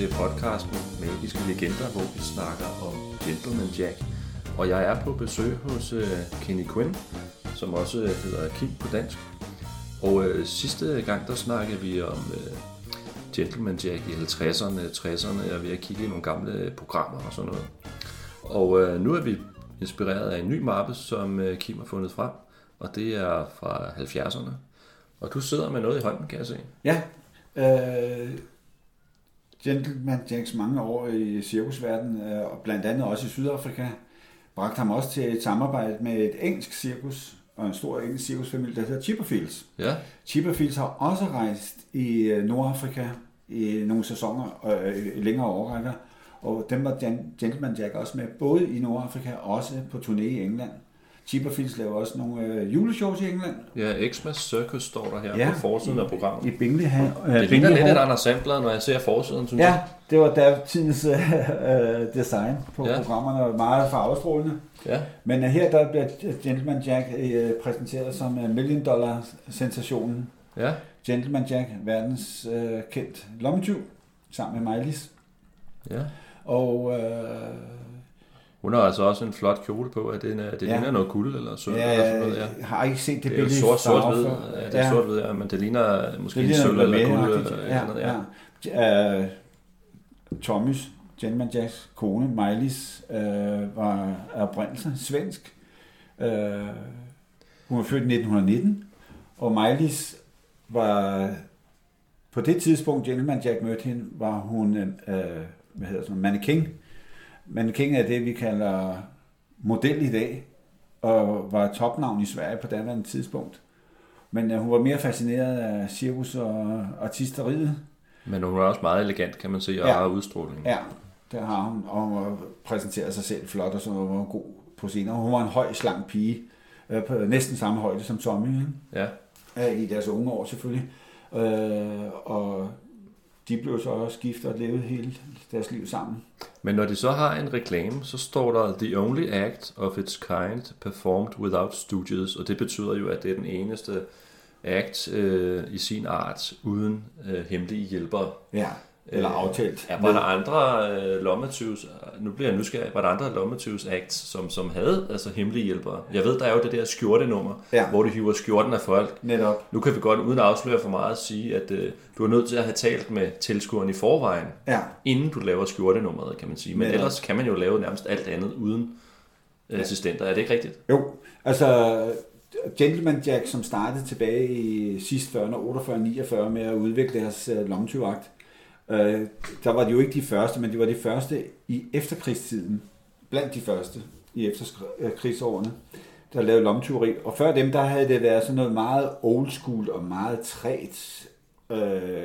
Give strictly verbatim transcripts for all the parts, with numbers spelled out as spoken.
til podcasten Magiske Legender, hvor vi snakker om Gentleman Jack. Og jeg er på besøg hos uh, Kenny Quinn, som også hedder Kim på dansk. Og uh, sidste gang, der snakkede vi om uh, Gentleman Jack i halvtredserne, tresserne. Jeg er ved at kigge i nogle gamle programmer og sådan noget. Og uh, nu er vi inspireret af en ny mappe, som uh, Kim har fundet frem. Og det er fra halvfjerdserne. Og du sidder med noget i hånden, kan jeg se. Ja, øh, Gentleman Jacks mange år i cirkusverdenen, øh, og blandt andet også i Sydafrika, bragte ham også til et samarbejde med et engelsk cirkus, og en stor engelsk cirkusfamilie, der hedder Chipperfields. Ja. Chipperfields har også rejst i Nordafrika i nogle sæsoner, øh, i længere årrækker, og dem var Gentleman Jack også med, både i Nordafrika og også på turné i England. Chipperfields laver også nogle øh, juleshows i England. Ja, Xmas Circus står der her ja, på forsiden af programmet. I Bingley Hall. Øh, det ligner lidt et Anders Sandblad, når jeg ser forsiden, synes ja, jeg. Ja, det var der tidens øh, design på ja. programmerne, og meget farvestrålende. Ja. Men uh, her der bliver Gentleman Jack øh, præsenteret som uh, million dollar sensationen. Ja. Gentleman Jack, verdens øh, kendt lommetyv, sammen med Miley's. Ja. Og øh, hun har altså også en flot kjole på, at det, det ja. ligner noget guld eller sølv. Ja, eller sådan noget, ja. Jeg har ikke set det, det billede. Det er jo sort, sort hvid, ja, det er ja. sort hvid, ja, men det ligner måske det ligner sølv eller guld. Eller ja, noget, ja. ja. Uh, Tommys, Gentleman Jacks kone, Miley's, uh, var af oprindelse svensk. Uh, hun var født i nitten nitten, og Miley's var på det tidspunkt, Gentleman Jack mødte hende, var hun en uh, hvad hedder sådan, mannequin. Mannequin er det, vi kalder model i dag, og var topnavn i Sverige på daværende tidspunkt. Men uh, hun var mere fascineret af cirkus og artisteriet. Men hun er også meget elegant, kan man sige, og ja. har udstråling. Ja, det har hun, og hun præsenterer sig selv flot og sådan noget, var god på scenen. Hun var en høj, slank pige, uh, på næsten samme højde som Tommy, ikke? Ja. Uh, i deres unge år selvfølgelig. Uh, og de blev så også gift og levede hele deres liv sammen. Men når de så har en reklame, så står der The only act of its kind performed without stooges, og det betyder jo, at det er den eneste act øh, i sin art uden øh, hemmelige hjælpere. Ja, eller aftalt. Ja, var der andre øh, lommetyvs, nu bliver jeg nysgerrig, var der andre lommetyvs acts, som, som havde altså hemmelige hjælpere? Jeg ved, der er jo det der skjortenummer, ja. hvor de hiver skjorten af folk. Netop. Nu kan vi godt, uden at afsløre for meget, sige, at øh, du er nødt til at have talt med tilskueren i forvejen, ja. inden du laver skjortenummeret, kan man sige. Men Netop. ellers kan man jo lave nærmest alt andet uden øh, ja. assistenter. Er det ikke rigtigt? Jo, altså Gentleman Jack, som startede tilbage i sidst fyrrerne, otteogfyrre niogfyrre med at udvikle deres øh, lommetyvagt, øh, der var de jo ikke de første, men de var de første i efterkrigstiden, blandt de første i efterkrigsårene, der lavede lommetyveri. Og før dem, der havde det været sådan noget meget old school og meget træt, øh,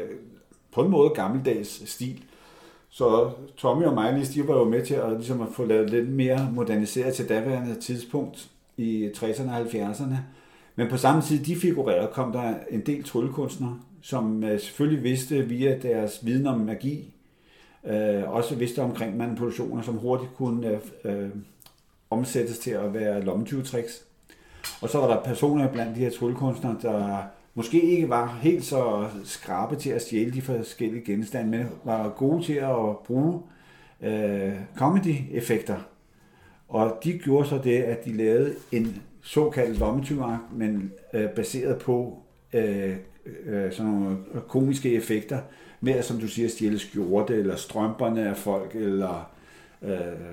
på en måde gammeldags stil. Så Tommy og Miley's, de var jo med til at, ligesom at få lavet lidt mere moderniseret til daværende tidspunkt i tresserne og halvfjerdserne. Men på samme tid, de figurerede, kom der en del tryllekunstnere, som selvfølgelig vidste via deres viden om magi, øh, også vidste omkring manipulationer, som hurtigt kunne øh, omsættes til at være lommetyvetricks. Og så var der personer blandt de her tryllekunstnere, der måske ikke var helt så skrabe til at stjæle de forskellige genstande, men var gode til at bruge øh, comedy-effekter. Og de gjorde så det, at de lavede en såkaldt lommetyvagt, men øh, baseret på øh, øh, sådan nogle komiske effekter, med at, som du siger, stjæle skjorte, eller strømperne af folk, eller øh,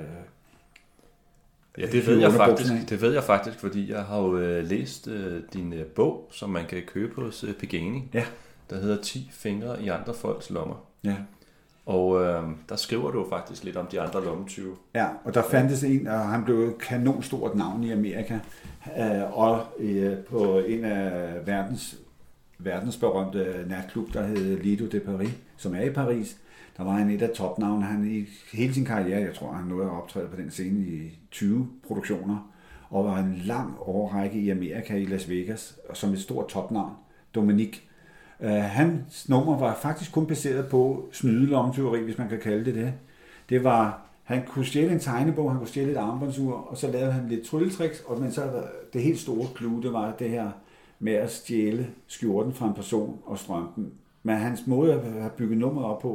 ja, det ved, jeg faktisk, det ved jeg faktisk, fordi jeg har jo øh, læst øh, din øh, bog, som man kan købe hos øh, Pigani, ja. der hedder ti fingre i andre folks lommer. Ja. Og øh, der skriver du faktisk lidt om de andre lommetyve. Ja, og der fandtes en, og han blev et kanonstort navn i Amerika, øh, og øh, på en af verdens, verdensberømte natklub, der hed Lido de Paris, som er i Paris. Der var han et af topnavne. Han i hele sin karriere, jeg tror, han nåede at optræde på den scene i tyve produktioner, og var en lang årrække i Amerika, i Las Vegas, som et stort topnavn, Dominique. Uh, hans nummer var faktisk kun baseret på snydelommetyveri, hvis man kan kalde det det. Det var, han kunne stjæle en tegnebog, han kunne stjæle et armbåndsur, og så lavede han lidt trylletricks, og men så det helt store clue, det var det her med at stjæle skjorten fra en person og strømpen. Men hans måde at have bygget nummeret op på,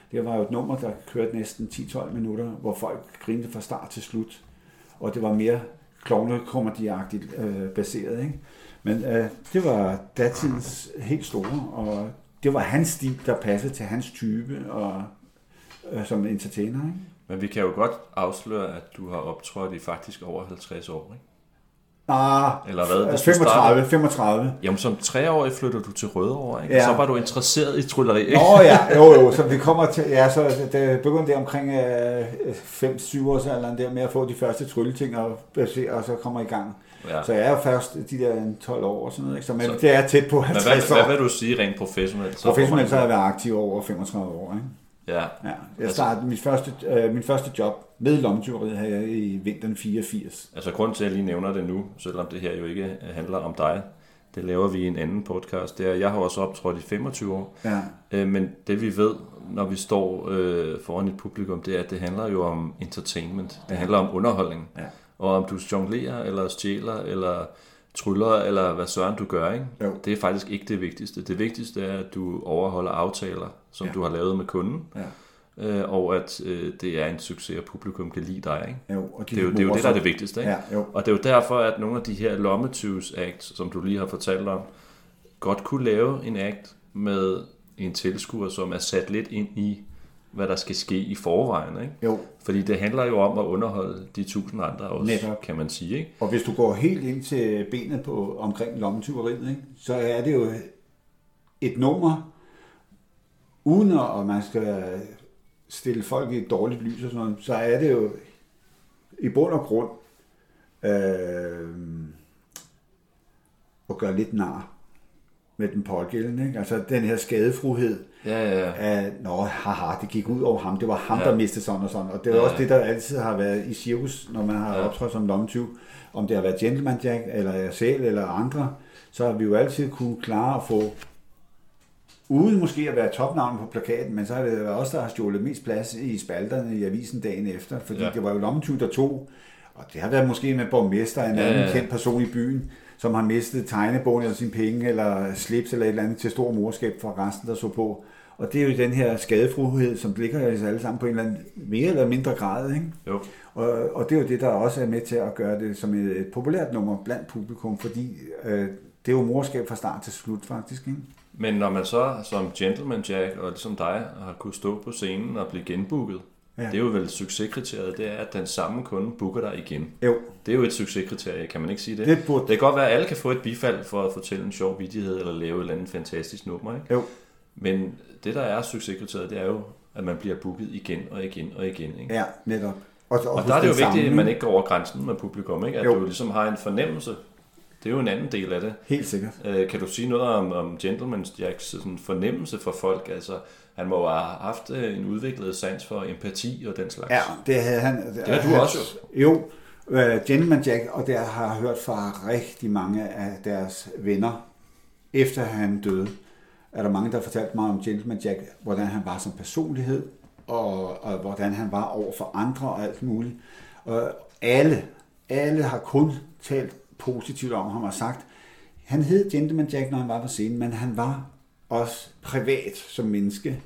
Det var jo et nummer, der kørte næsten ti til tolv minutter, hvor folk grinte fra start til slut. Og det var mere klovnekomedieagtigt øh, baseret, ikke? Men øh, det var datidens helt store, og det var hans stil, der passede til hans type og øh, som entertainer, ikke? Men vi kan jo godt afsløre, at du har optrådt i faktisk over halvtreds år, ikke? Ah, eller hvad? Hvis femogtredive, femogtredive. Jamen som treårig flytter du til Rødovre, ikke? Ja. Så var du interesseret i trylleri, ikke? Nå ja, jo jo, så vi kommer til, ja, så det begyndte det omkring fem syv års alderen der med at få de første trylleting og, og så kommer i gang. Ja. Så jeg er jo først de der tolv år og sådan noget, ikke? Så, men så, det er tæt på halvtreds hvad, år. hvad vil du sige rent professionelt? Så professionelt så har jeg været aktiv over femogtredive år, ikke? Ja. Ja. Jeg startede mit første, øh, min første job med lommetyveriet her i vinteren fireogfirs. Altså grund til, at jeg lige nævner det nu, selvom det her jo ikke handler om dig, det laver vi i en anden podcast, det er, jeg har også optrådt i femogtyve år, ja. øh, men det vi ved, når vi står øh, foran et publikum, det er, at det handler jo om entertainment, det ja. handler om underholdning, ja. og om du jonglerer, eller stjæler, eller tryller, eller hvad søren du gør, ikke? Det er faktisk ikke det vigtigste. Det vigtigste er, at du overholder aftaler, som ja. du har lavet med kunden, ja. øh, og at øh, det er en succes, og publikum kan lide dig, ikke? Jo, og de det er jo det, er jo det der er det vigtigste, ikke? Ja, og det er jo derfor, at nogle af de her lommetyves acts, som du lige har fortalt om, godt kunne lave en act med en tilskuer, som er sat lidt ind i, hvad der skal ske i forvejen, ikke? Jo. Fordi det handler jo om at underholde de tusind andre også, netop. Kan man sige, ikke? Og hvis du går helt ind til benet på omkring lommetyveriet, ikke, så er det jo et nummer, uden at man skal stille folk i et dårligt lys og sådan noget, så er det jo i bund og grund øh, at gøre lidt nar med den pågældende, ikke? Altså den her skadefruhed ja, ja, ja. af, nå, haha, det gik ud over ham, det var ham, ja. der mistede sådan og sådan, og det er ja, også ja. det, der altid har været i cirkus, når man har ja. optrådt som lommetyv, om det har været Gentleman Jack, eller jeg selv, eller andre, så har vi jo altid kunne klare at få, uden måske at være topnavn på plakaten, men så har det været også der har stjålet mest plads i spalterne i avisen dagen efter, fordi ja. det var jo lommetyv, der tog, og det har været måske med borgmester, en ja, anden ja, ja. kendt person i byen, som har mistet tegnebogen eller sine penge, eller slips eller et eller andet til stor morskab for resten, der så på. Og det er jo den her skadefruhed, som ligger os alle sammen på en eller anden mere eller mindre grad, ikke? Jo. Og, og det er jo det, der også er med til at gøre det som et, et populært nummer blandt publikum, fordi øh, det er jo morskab fra start til slut faktisk, ikke? Men når man så som Gentleman Jack og ligesom dig har kunne stå på scenen og blive genbooket, ja. det er jo vel succeskriteriet, det er, at den samme kunde booker dig igen. Jo. Det er jo et succeskriterie, kan man ikke sige det? Det, burde... det kan godt være, at alle kan få et bifald for at fortælle en sjov vittighed eller lave et eller andet fantastisk nummer, ikke? Jo. Men det, der er succeskriteriet, det er jo, at man bliver booket igen og igen og igen, ikke? Ja, netop. Og, og, og der er det jo vigtigt, at man ikke går over grænsen med publikum, ikke? At jo. du ligesom har en fornemmelse. Det er jo en anden del af det. Helt sikkert. Øh, kan du sige noget om, om Gentleman Jacks sådan fornemmelse for folk? Altså, han må have haft en udviklet sans for empati og den slags. Ja, det havde han. Det har du han, også jo. Jo, uh, Gentleman Jack, og der har jeg hørt fra rigtig mange af deres venner, efter han døde, er der mange, der har fortalt mig om Gentleman Jack, hvordan han var som personlighed, og, og hvordan han var over for andre og alt muligt. Og alle, alle har kun talt positivt om ham og sagt, han hed Gentleman Jack, når han var på scenen, men han var også privat som menneske.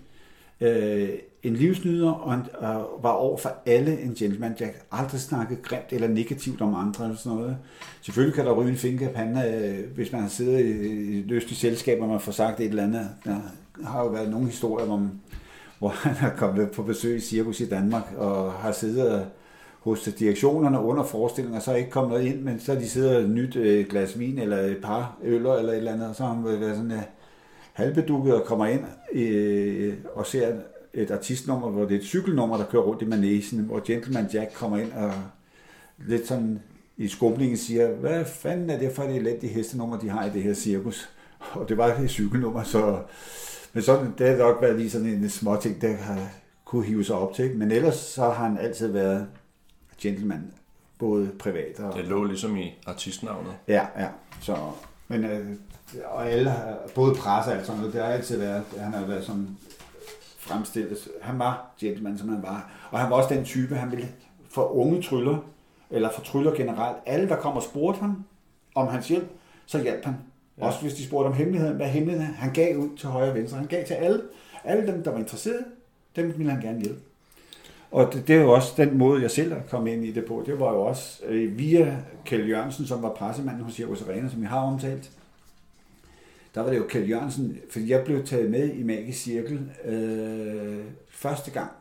Øh, en livsnyder, og han øh, var over for alle en Gentleman Jack. Aldrig snakket grimt eller negativt om andre eller sådan noget. Selvfølgelig kan der ryge en finger af panden, øh, hvis man har siddet i, i løslige selskaber, og man får sagt et eller andet. Der har jo været nogle historier, om, hvor han har kommet på besøg i cirkus i Danmark, og har siddet hos direktionerne under forestillinger, så er ikke kommet noget ind, men så er de sidder og nyt et glas vin, eller et par øller, eller et eller andet, og så har han været sådan uh, halvbedukket og kommer ind øh, og ser et artistnummer, hvor det er et cykelnummer, der kører rundt i manegen, hvor Gentleman Jack kommer ind og lidt sådan i skublingen siger, hvad fanden er det for et elendigt hestenummer, de har i det her cirkus? Og det var et cykelnummer, så men sådan, det har nok været lige sådan en små ting, der har kunne hive sig op til, men ellers så har han altid været gentleman, både privat og... Det lå ligesom i artistnavnet. Ja, ja. Så, men, øh, og alle, både presse og alt sådan noget, det har altid været, han har været sådan fremstillet. Han var gentleman, som han var. Og han var også den type, han ville for unge tryller, eller for tryller generelt, alle der kom og spurgte ham om hans hjælp, så hjalp han. Ja. Også hvis de spurgte om hemmeligheden, hvad hemmeligheden er. Han gav ud til højre og venstre. Han gav til alle, alle dem, der var interesserede. dem ville han gerne hjælpe. Og det, det er jo også den måde, jeg selv er kommet ind i det på. Det var jo også øh, via Kjeld Jørgensen, som var pressemanden hos Cirkus Arena, som jeg har omtalt. Der var det jo Kjeld Jørgensen, fordi jeg blev taget med i Magisk Cirkel øh, første gang.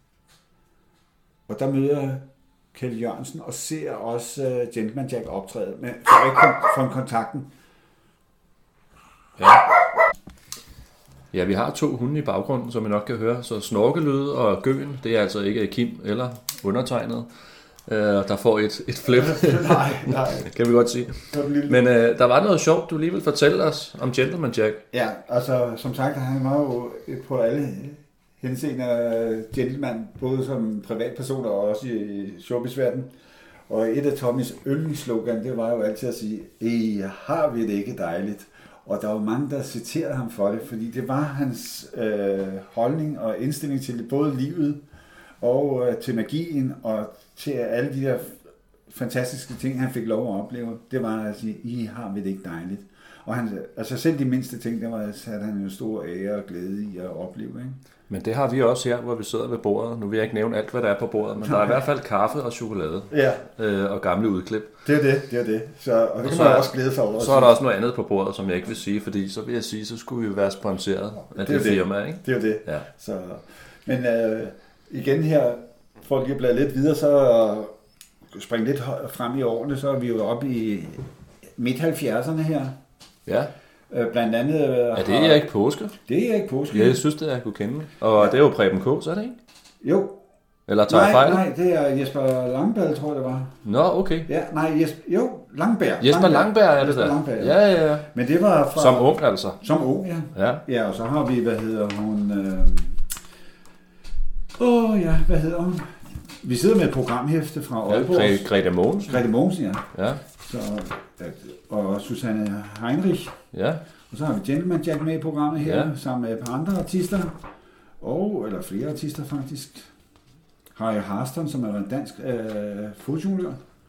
Og der møder jeg Kjeld Jørgensen og ser også øh, Gentleman Jack optræde med fra kontakten. Ja. Ja, vi har to hunde i baggrunden, som I nok kan høre. Så snorkelyde og gøen, det er altså ikke Kim eller undertegnet. Uh, der får et, et flip, nej, nej. kan vi godt sige. Men uh, der var noget sjovt, du lige vil fortælle os om Gentleman Jack. Ja, altså som sagt, han var jo på alle henseender gentleman, både som privatperson og også i showbizverdenen. Og et af Tommys yndlingsslogan, det var jo altid at sige, "Eh, har vi det ikke dejligt?" Og der var mange, der citerede ham for det, fordi det var hans øh, holdning og indstilling til både livet og øh, til magien og til alle de der fantastiske ting, han fik lov at opleve. Det var at sige, "I har vi det ikke dejligt?" Og han, altså selv de mindste ting, der var, havde han en stor ære og glæde i at opleve. Ikke? Men det har vi også her, hvor vi sidder ved bordet. Nu vil jeg ikke nævne alt, hvad der er på bordet, men der er i hvert fald kaffe og chokolade ja. øh, og gamle udklip. Det er det, det er det. Så, og det og kan så man er, også glæde sig over. Så er der også noget andet på bordet, som jeg ikke vil sige, fordi så vil jeg sige, så skulle vi jo være sponsoreret af det, det firma, ikke? Det er jo det. Ja. Så, men øh, igen her, for at lige blade lidt videre, så springe lidt frem i årene, så er vi jo oppe i midt halvfjerdserne her. Ja. Blandt andet... Øh, er det har... Erik Påske? Det er Erik Påske. Ja, jeg synes, det er, jeg kunne kende. Og ja. Det er jo Preben K., så er det ikke? Jo. Eller tager nej, fejl? Nej, det er Jesper Langberg, tror jeg, det var. Nå, okay. Ja, nej, Jesper, jo, Langberg. Jesper Langberg er det Jesper der? Langberg, ja. ja, ja, ja. Men det var fra... Som ung, altså? Som ung, ja. Ja. Ja, og så har vi, hvad hedder hun... Åh, øh... oh, ja, hvad hedder hun? Vi sidder med et programhæfte fra Aalborg. Ja, Grete Mogensen. Grete Mogensen, ja. Ja. Så, og Susanne Heinrich. Ja. Og så har vi Gentleman Jack med i programmet her, ja. sammen med et par andre artister. Og, eller flere artister faktisk. Harry Harston, som er en dansk øh, fodjonglør,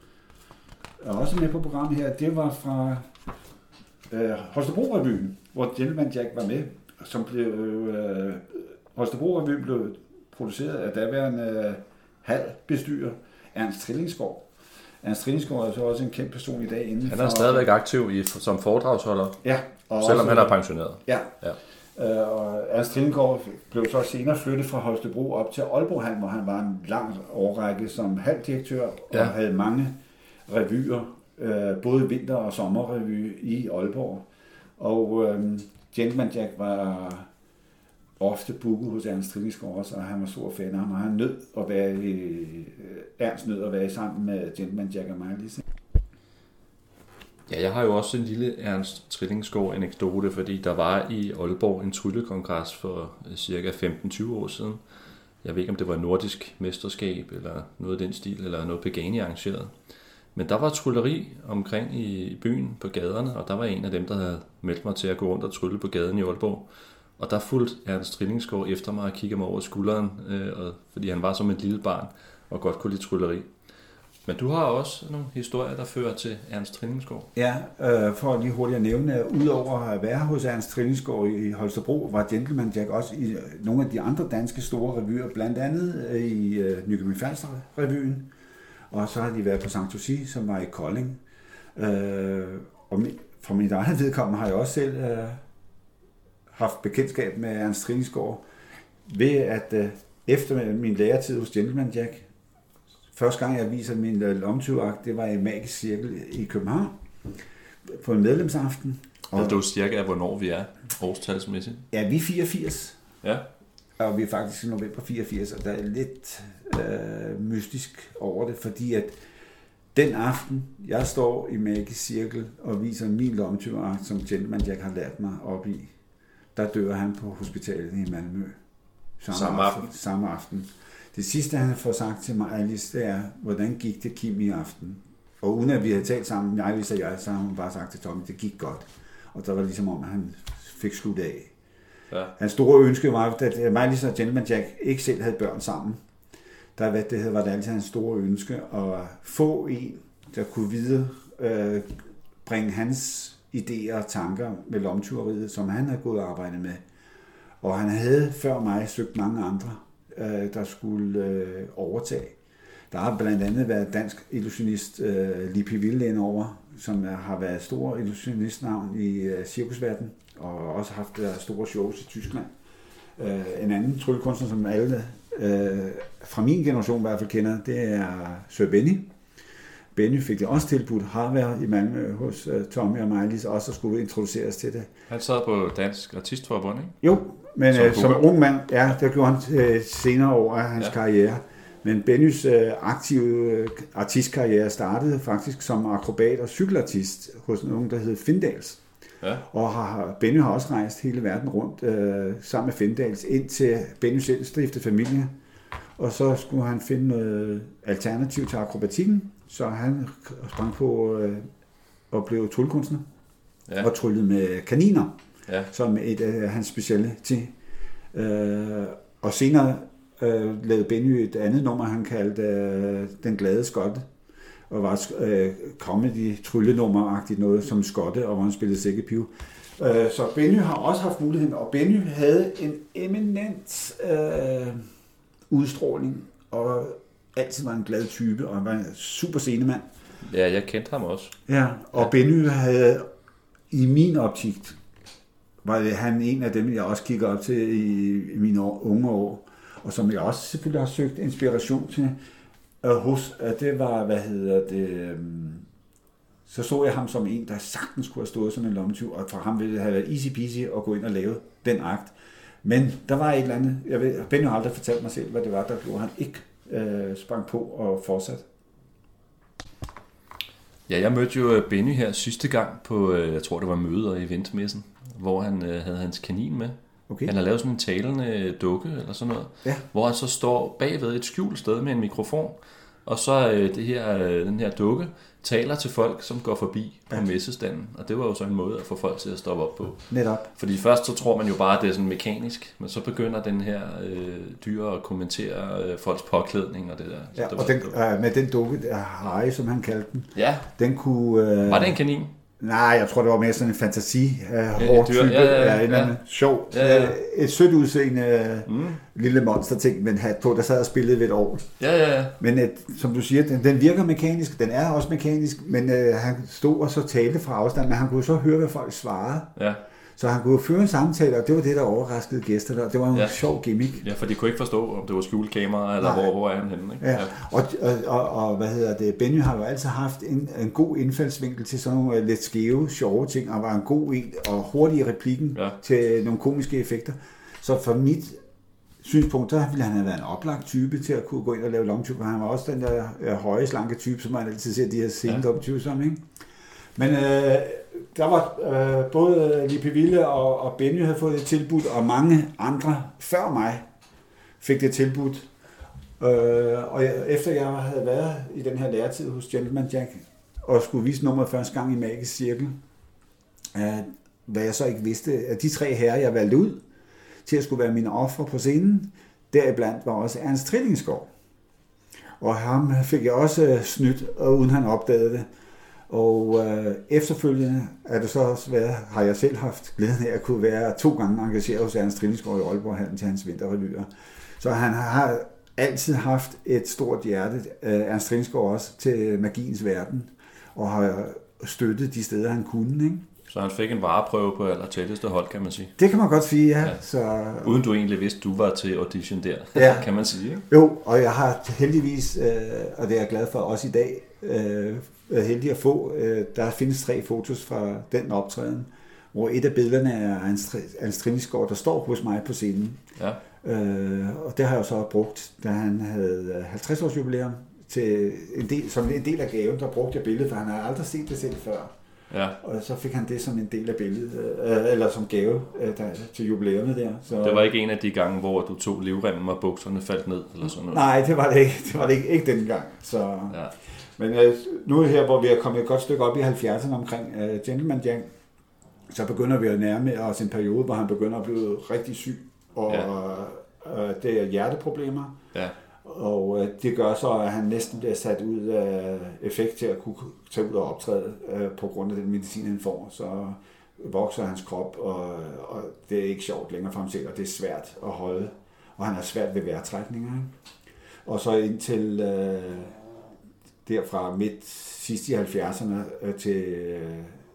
er også med på programmet her. Det var fra øh, Holstebro-revyen, hvor Gentleman Jack var med, som blev... Øh, Holstebro-revyen blev produceret af daværende øh, halbestyrer Ernst Trillingsgaard. Ernst Trillingsgaard er så også en kendt person i dag inden. Han er stadigvæk aktiv i, som foredragsholder, ja, og selvom også, han er pensioneret. Ja, ja. Uh, og Ernst Trillingsgaard blev så senere flyttet fra Holstebro op til Aalborg, hvor han var en lang årrække som halvdirektør ja. og havde mange revyer, uh, både vinter- og sommerrevy i Aalborg. Og uh, Gentleman Jack var ofte booket hos Ernst Trillingsgaard også, og han var stor fan af ham, og han nød at være i, Ernst nød at være sammen med Gentleman Jack og mig lige. Ja, jeg har jo også en lille Ernst Trillingsgaard anekdote, fordi der var i Aalborg en tryllekongres for cirka femten til tyve år siden. Jeg ved ikke, om det var nordisk mesterskab, eller noget af den stil, eller noget Pagani arrangeret. Men der var trylleri omkring i byen på gaderne, og der var en af dem, der havde meldt mig til at gå rundt og trylle på gaden i Aalborg. Og der fulgte Ernst Trillingsgaard efter mig og kiggede mig over skulderen, øh, og, fordi han var som et lille barn og godt kunne lide trylleri. Men du har også nogle historier, der fører til Ernst Trillingsgaard. Ja, øh, for lige hurtigt at nævne, at udover at være hos Ernst Trillingsgaard i Holstebro, var Gentleman Jack også i nogle af de andre danske store revyer, blandt andet i øh, Nykøbing Falster-revyen, og så har de været på Sankt Lucie, som var i Kolding. Øh, og fra mit eget vedkommende har jeg også selv øh, haft bekendtskab med Ernst Trillingsgaard, ved at øh, efter min læretid hos Gentleman Jack, første gang, jeg viser min lommetyvagt, det var i Magisk Cirkel i København, på en medlemsaften. Og ved du cirka, hvornår vi er, årstalsmæssigt? Ja, vi er fireogfirs. Ja. Og vi er faktisk i november fireogfirs, og der er lidt øh, mystisk over det, fordi at den aften, jeg står i Magisk Cirkel og viser min lommetyvagt, som Gentleman Jack har lært mig op i, der dør han på hospitalet i Malmø. Samme, samme aften. aften. Samme aften. Det sidste, han får sagt til mig, Alice, det er, hvordan gik det Kim i aften? Og uden at vi havde talt sammen, Alice og jeg, så har hun bare sagt til Tommy, det gik godt. Og der var ligesom om, at han fik slut af. Ja. Hans store ønske var, at Alice og Gentleman Jack ikke selv havde børn sammen. Der var det, var det altid hans store ønske at få en, der kunne videre øh, bringe hans idéer og tanker med lommetyveriet, som han havde gået og arbejdet med. Og han havde før mig søgt mange andre øh, der skulle øh, overtage. Der har blandt andet været dansk illusionist øh, Lippi Vildén over, som er, har været stor illusionistnavn i øh, cirkusverdenen, og også haft øh, store shows i Tyskland. Øh, en anden tryllekunstner, som alle øh, fra min generation i hvert fald kender, det er Sir Benny. Benny fik det også tilbudt, har været i Malmø hos uh, Tommy og mig, lige også skulle introduceres til det. Han sad på Dansk Artistforbund, ikke? Jo, men som, uh, som ung mand, ja, det gjorde han uh, senere over hans ja. karriere. Men Bennys uh, aktive uh, artistkarriere startede faktisk som akrobat og cykelartist hos nogen, der hed Findals. Ja. Og har, Benny har også rejst hele verden rundt uh, sammen med Findals, indtil Benny selv stiftede familie. Og så skulle han finde noget alternativ til akrobatikken, så han sprang på øh, og blev tryllekunstner ja. og tryllede med kaniner, ja. som et af hans specielle ting. Øh, og senere øh, lavede Benny et andet nummer, han kaldte øh, Den Glade Skotte, og var øh, comedy tryllenummer-agtigt noget som skotte, og hvor han spillede sækkepiv. Øh, så Benny har også haft muligheden, og Benny havde en eminent øh, udstråling, og altid var en glad type, og han var en super scenemand. Ja, jeg kendte ham også. Ja, og ja. Benny havde, i min optik, var han en af dem, jeg også kigger op til i, i mine år, unge år, og som jeg også selvfølgelig har søgt inspiration til, uh, hos, uh, det var, hvad hedder det, um, så så jeg ham som en, der sagtens kunne have stået som en lommetyv, og for ham ville det have været easy peasy at gå ind og lave den akt. Men der var et eller andet, jeg ved, Benny har aldrig fortalt mig selv, hvad det var, der gjorde, han ikke øh, sprang på og fortsat. Ja, jeg mødte jo Benny her sidste gang på, jeg tror det var møder i eventmessen, hvor han øh, havde hans kanin med. Okay. Han har lavet sådan en talende dukke eller sådan noget, ja. hvor han så står bagved et skjult sted med en mikrofon, og så øh, det her, øh, den her dukke taler til folk, som går forbi på ja. messestanden. Og det var jo så en måde at få folk til at stoppe op på. Netop. Fordi først så tror man jo bare, at det er sådan mekanisk, men så begynder den her øh, dyr at kommentere øh, folks påklædning og det der. Ja, det og den, øh, med den dukke, Harry, som han kaldte den, ja. den kunne... Øh... Var det en kanin? Nej, jeg tror, det var mere sådan en fantasi af hård type. Ja, ja, ja, ja, en ja. sjov. Ja, ja. Et sødt udseende mm. lille monster-ting med en hat på, der sad og spillede ved et år. Ja, ja, ja. Men et, som du siger, den, den virker mekanisk. Den er også mekanisk, men øh, han stod og så talte fra afstand, men han kunne så høre, hvad folk svarede. Ja. Så han kunne føre en samtale, og det var det, der overraskede gæsterne. Det var en ja. sjov gimmick. Ja, for de kunne ikke forstå, om det var skjult kamera, eller hvor, hvor er han henne. Ikke? Ja. Ja. Og, og, og, og hvad hedder det? Benny har jo altid haft en, en god indfaldsvinkel til sådan nogle lidt skæve, sjove ting, og var en god en, og hurtig i replikken ja. til nogle komiske effekter. Så for mit synspunkt, så ville han have været en oplagt type til at kunne gå ind og lave lommetyve. Han var også den der øh, høje, slanke type, som man altid ser de her sene ja. lommetyve som, ikke? Men øh, der var øh, både Lippi Vildén og, og Benny havde fået et tilbud, og mange andre før mig fik det tilbud. Øh, og jeg, efter jeg havde været i den her læretid hos Gentleman Jack, og skulle vise nummeret første gang i Magisk Cirkel, øh, hvad jeg så ikke vidste, at de tre herrer, jeg valgte ud til at skulle være mine ofre på scenen, deriblandt var også Ernst Trillingsgaard. Og ham fik jeg også snydt, og uden han opdagede det. Og øh, efterfølgende er det så også været, har jeg selv haft glæden af at kunne være to gange engageret hos Ernst Trillingsgaard i Aalborg-hallen til hans vinterrevyer. Så han har altid haft et stort hjerte, øh, Ernst Trillingsgaard også, til magiens verden, og har støttet de steder, han kunne, ikke? Så han fik en vareprøve på aller tætteste hold, kan man sige. Det kan man godt sige, ja. ja. Så, uden du egentlig vidste, du var til audition der, ja. kan man sige, ikke? Jo, og jeg har heldigvis, øh, og det er jeg glad for også i dag, øh, heldig at få. Øh, der findes tre fotos fra den optræden, hvor et af billederne er Ernst Trillingsgaard, der står hos mig på scenen. Ja. Øh, og det har jeg så brugt, da han havde halvtreds års jubilæum, til en del, som en del af gaven, der brugte jeg billedet, for han har aldrig set det selv før. Ja. Og så fik han det som en del af billedet, øh, eller som gave øh, der, til jubilæumet der. Så, det var ikke en af de gange, hvor du tog livremmen og bukserne faldt ned, eller sådan noget? Nej, det var det ikke. Det var det ikke, ikke den gang. Så, ja. Men øh, nu her, hvor vi er kommet et godt stykke op i halvfjerdserne omkring øh, Gentleman Jack, så begynder vi at nærme os en periode, hvor han begynder at blive rigtig syg, og ja. øh, det er hjerteproblemer. Ja. Og øh, det gør så, at han næsten bliver sat ud af effekt til at kunne tage ud og optræde øh, på grund af den medicin, han får. Så vokser hans krop, og, og det er ikke sjovt længere for ham selv, og det er svært at holde. og han er svært ved vejrtrækninger. Og så indtil øh, derfra midt sidst i halvfjerdserne øh, til øh,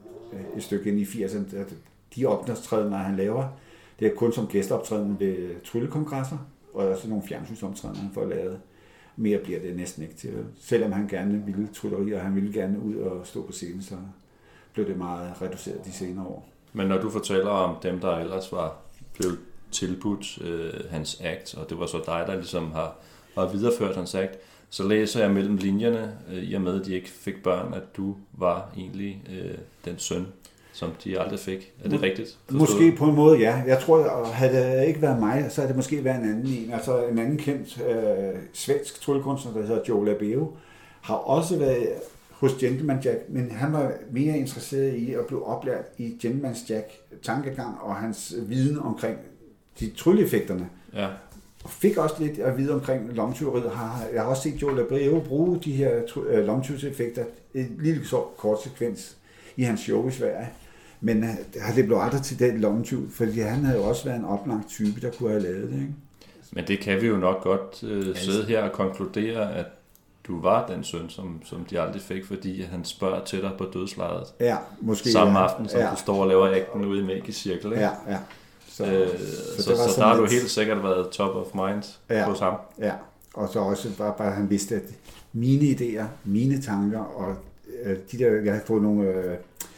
et stykke ind i firserne, de optrædener, han laver, det er kun som gæsteoptræden ved tryllekongresser, og også nogle fjernsynsoptrædener, han får lavet. Mere bliver det næsten ikke til. Selvom han gerne ville trylleri, og han ville gerne ud og stå på scenen, så blev det meget reduceret de senere år. Men når du fortæller om dem, der ellers var blevet tilbudt øh, hans act, og det var så dig, der ligesom har, har videreført hans act, så læser jeg mellem linjerne, øh, i og med, at de ikke fik børn, at du var egentlig øh, den søn, som de aldrig fik. Er det Mås- rigtigt forstået? Måske på en måde, ja. Jeg tror, havde det ikke været mig, så havde det måske været en anden en. Altså en anden kendt øh, svensk tryllekunstner, der hedder Joe Labeo, har også været hos Gentleman Jack, men han var mere interesseret i at blive oplært i Gentleman Jack tankegang og hans viden omkring de trylleeffekterne. Ja. Og fik også lidt at vide omkring lommetyveriet. Jeg har også set Joe Labeo bruge de her uh, lommetyvseffekter en lille så kort sekvens i hans show i Sverige. Men uh, det blev aldrig til den lommetyv, fordi han havde jo også været en oplagt type, der kunne have lavet det. Ikke? Men det kan vi jo nok godt uh, sidde her og konkludere, at du var den søn, som, som de aldrig fik, fordi han spørger til dig på dødslejet. Ja, måske. Samme aften, som ja. du står og laver akten ude i Magisk Cirkel. Ikke? Ja, ja. Så, øh, så, så, så der har du helt sikkert været top of mind ja, hos ham. Ja, og så også bare, bare han vidste, at mine idéer, mine tanker, og øh, de der, jeg havde fået nogle øh,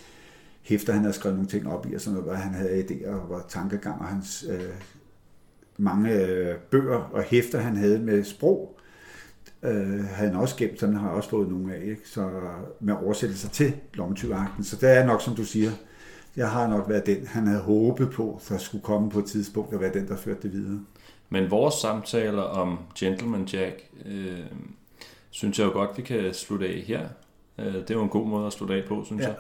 hæfter, han havde skrevet nogle ting op i, og sådan noget, hvor han havde idéer og tankegang, og hans øh, mange øh, bøger og hæfter, han havde med sprog, øh, havde han også gemt, sådan har jeg også fået nogle af, ikke? Så med oversættelser til lommetyvagten. Så det er nok, som du siger, jeg har nok været den, han havde håbet på, så skulle komme på et tidspunkt og være den, der førte det videre. Men vores samtaler om Gentleman Jack, øh, synes jeg jo godt, vi kan slutte af her. Øh, det er jo en god måde at slutte af på, synes ja. jeg.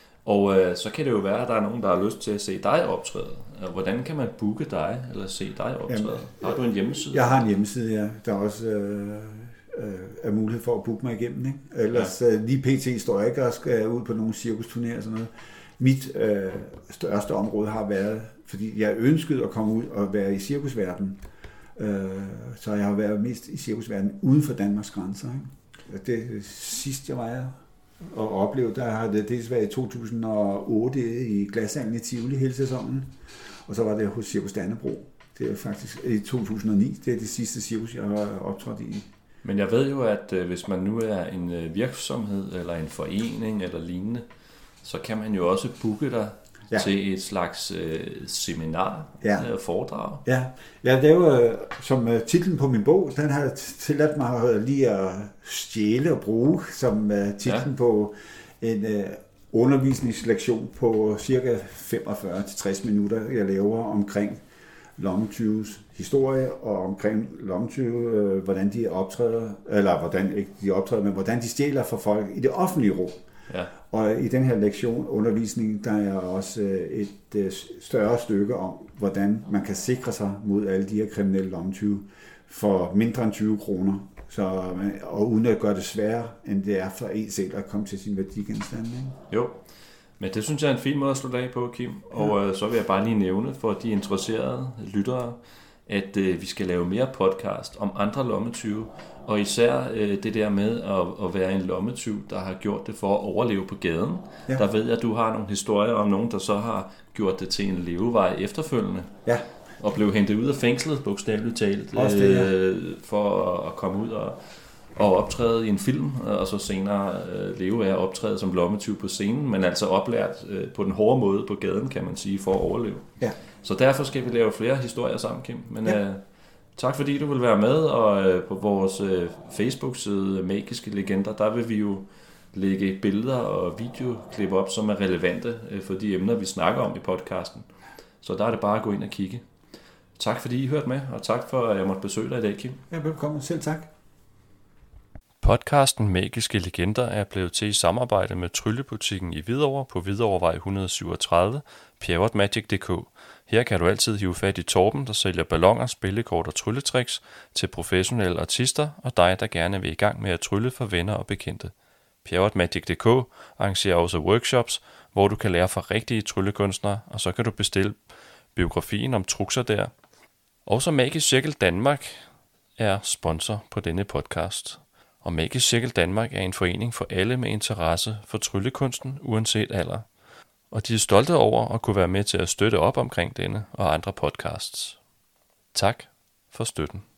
Og øh, så kan det jo være, at der er nogen, der har lyst til at se dig optræde. Hvordan kan man booke dig, eller se dig optræde? Jamen, har du en hjemmeside? Jeg har en hjemmeside, ja. Der er også øh, øh, er mulighed for at booke mig igennem. Ikke? Ellers ja. øh, lige pt. står jeg ikke og skal ud på nogle cirkusturnéer og sådan noget. Mit øh, største område har været, fordi jeg ønskede at komme ud og være i cirkusverdenen. Øh, så jeg har været mest i cirkusverdenen uden for Danmarks grænser. Ikke? Det sidste jeg var og oplevede, der har det dels været i to tusind og otte i Glashallen i Tivoli hele sæsonen, og så var det hos Cirkus Dannebrog. Det er faktisk i to tusind og ni, det er det sidste cirkus, jeg har optrådt i. Men jeg ved jo, at øh, hvis man nu er en øh, virksomhed, eller en forening, eller lignende, så kan man jo også booke dig ja. til et slags øh, seminar ja. øh, foredrag. Ja, ja det er jo øh, som øh, titlen på min bog, den har tilladt mig øh, lige at stjæle og bruge som øh, titlen ja. på en øh, undervisningslektion på cirka femogfyrre til tres minutter, jeg laver omkring lommetyves historie og omkring lommetyve, øh, hvordan de optræder, eller hvordan ikke de optræder, men hvordan de stjæler fra folk i det offentlige rum. Ja. Og i den her lektion, undervisning, der er også et større stykke om, hvordan man kan sikre sig mod alle de her kriminelle lommetyve for mindre end tyve kroner. Så, og uden at gøre det sværere, end det er for en selv at komme til sin værdigenstand. Ikke? Jo, men det synes jeg er en fin måde at slutte af på, Kim. Og ja. øh, så vil jeg bare lige nævne for de interesserede lyttere, at øh, vi skal lave mere podcast om andre lommetyve, og især øh, det der med at, at være en lommetyv, der har gjort det for at overleve på gaden. Ja. Der ved jeg, at du har nogle historier om nogen, der så har gjort det til en levevej efterfølgende. Ja. Og blev hentet ud af fængslet, bogstaveligt talt, det, ja. øh, for at komme ud og, og optræde i en film, og så senere øh, leve af at optræde som lommetyv på scenen, men altså oplært øh, på den hårde måde på gaden, kan man sige, for at overleve. Ja. Så derfor skal vi lave flere historier sammen, Kim. Men ja. øh, tak fordi du vil være med, og øh, på vores øh, Facebook-side Magiske Legender, der vil vi jo lægge billeder og videoklip op, som er relevante øh, for de emner, vi snakker om i podcasten. Så der er det bare at gå ind og kigge. Tak fordi I hørte med, og tak for, at jeg måtte besøge dig i dag, Kim. Ja, velkommen. Selv tak. Podcasten Magiske Legender er blevet til i samarbejde med Tryllebutikken i Hvidovre på Hvidovrevej et hundrede syvogtredive, pjerrot magic punktum d k. Her kan du altid hive fat i Torben, der sælger balloner, spillekort og trylletricks til professionelle artister og dig, der gerne vil i gang med at trylle for venner og bekendte. pjerrot magic punktum d k arrangerer også workshops, hvor du kan lære fra rigtige tryllekunstnere, og så kan du bestille biografien om trukser der. Også Magisk Cirkel Danmark er sponsor på denne podcast. Og Magisk Cirkel Danmark er en forening for alle med interesse for tryllekunsten, uanset alder. Og de er stolte over at kunne være med til at støtte op omkring denne og andre podcasts. Tak for støtten.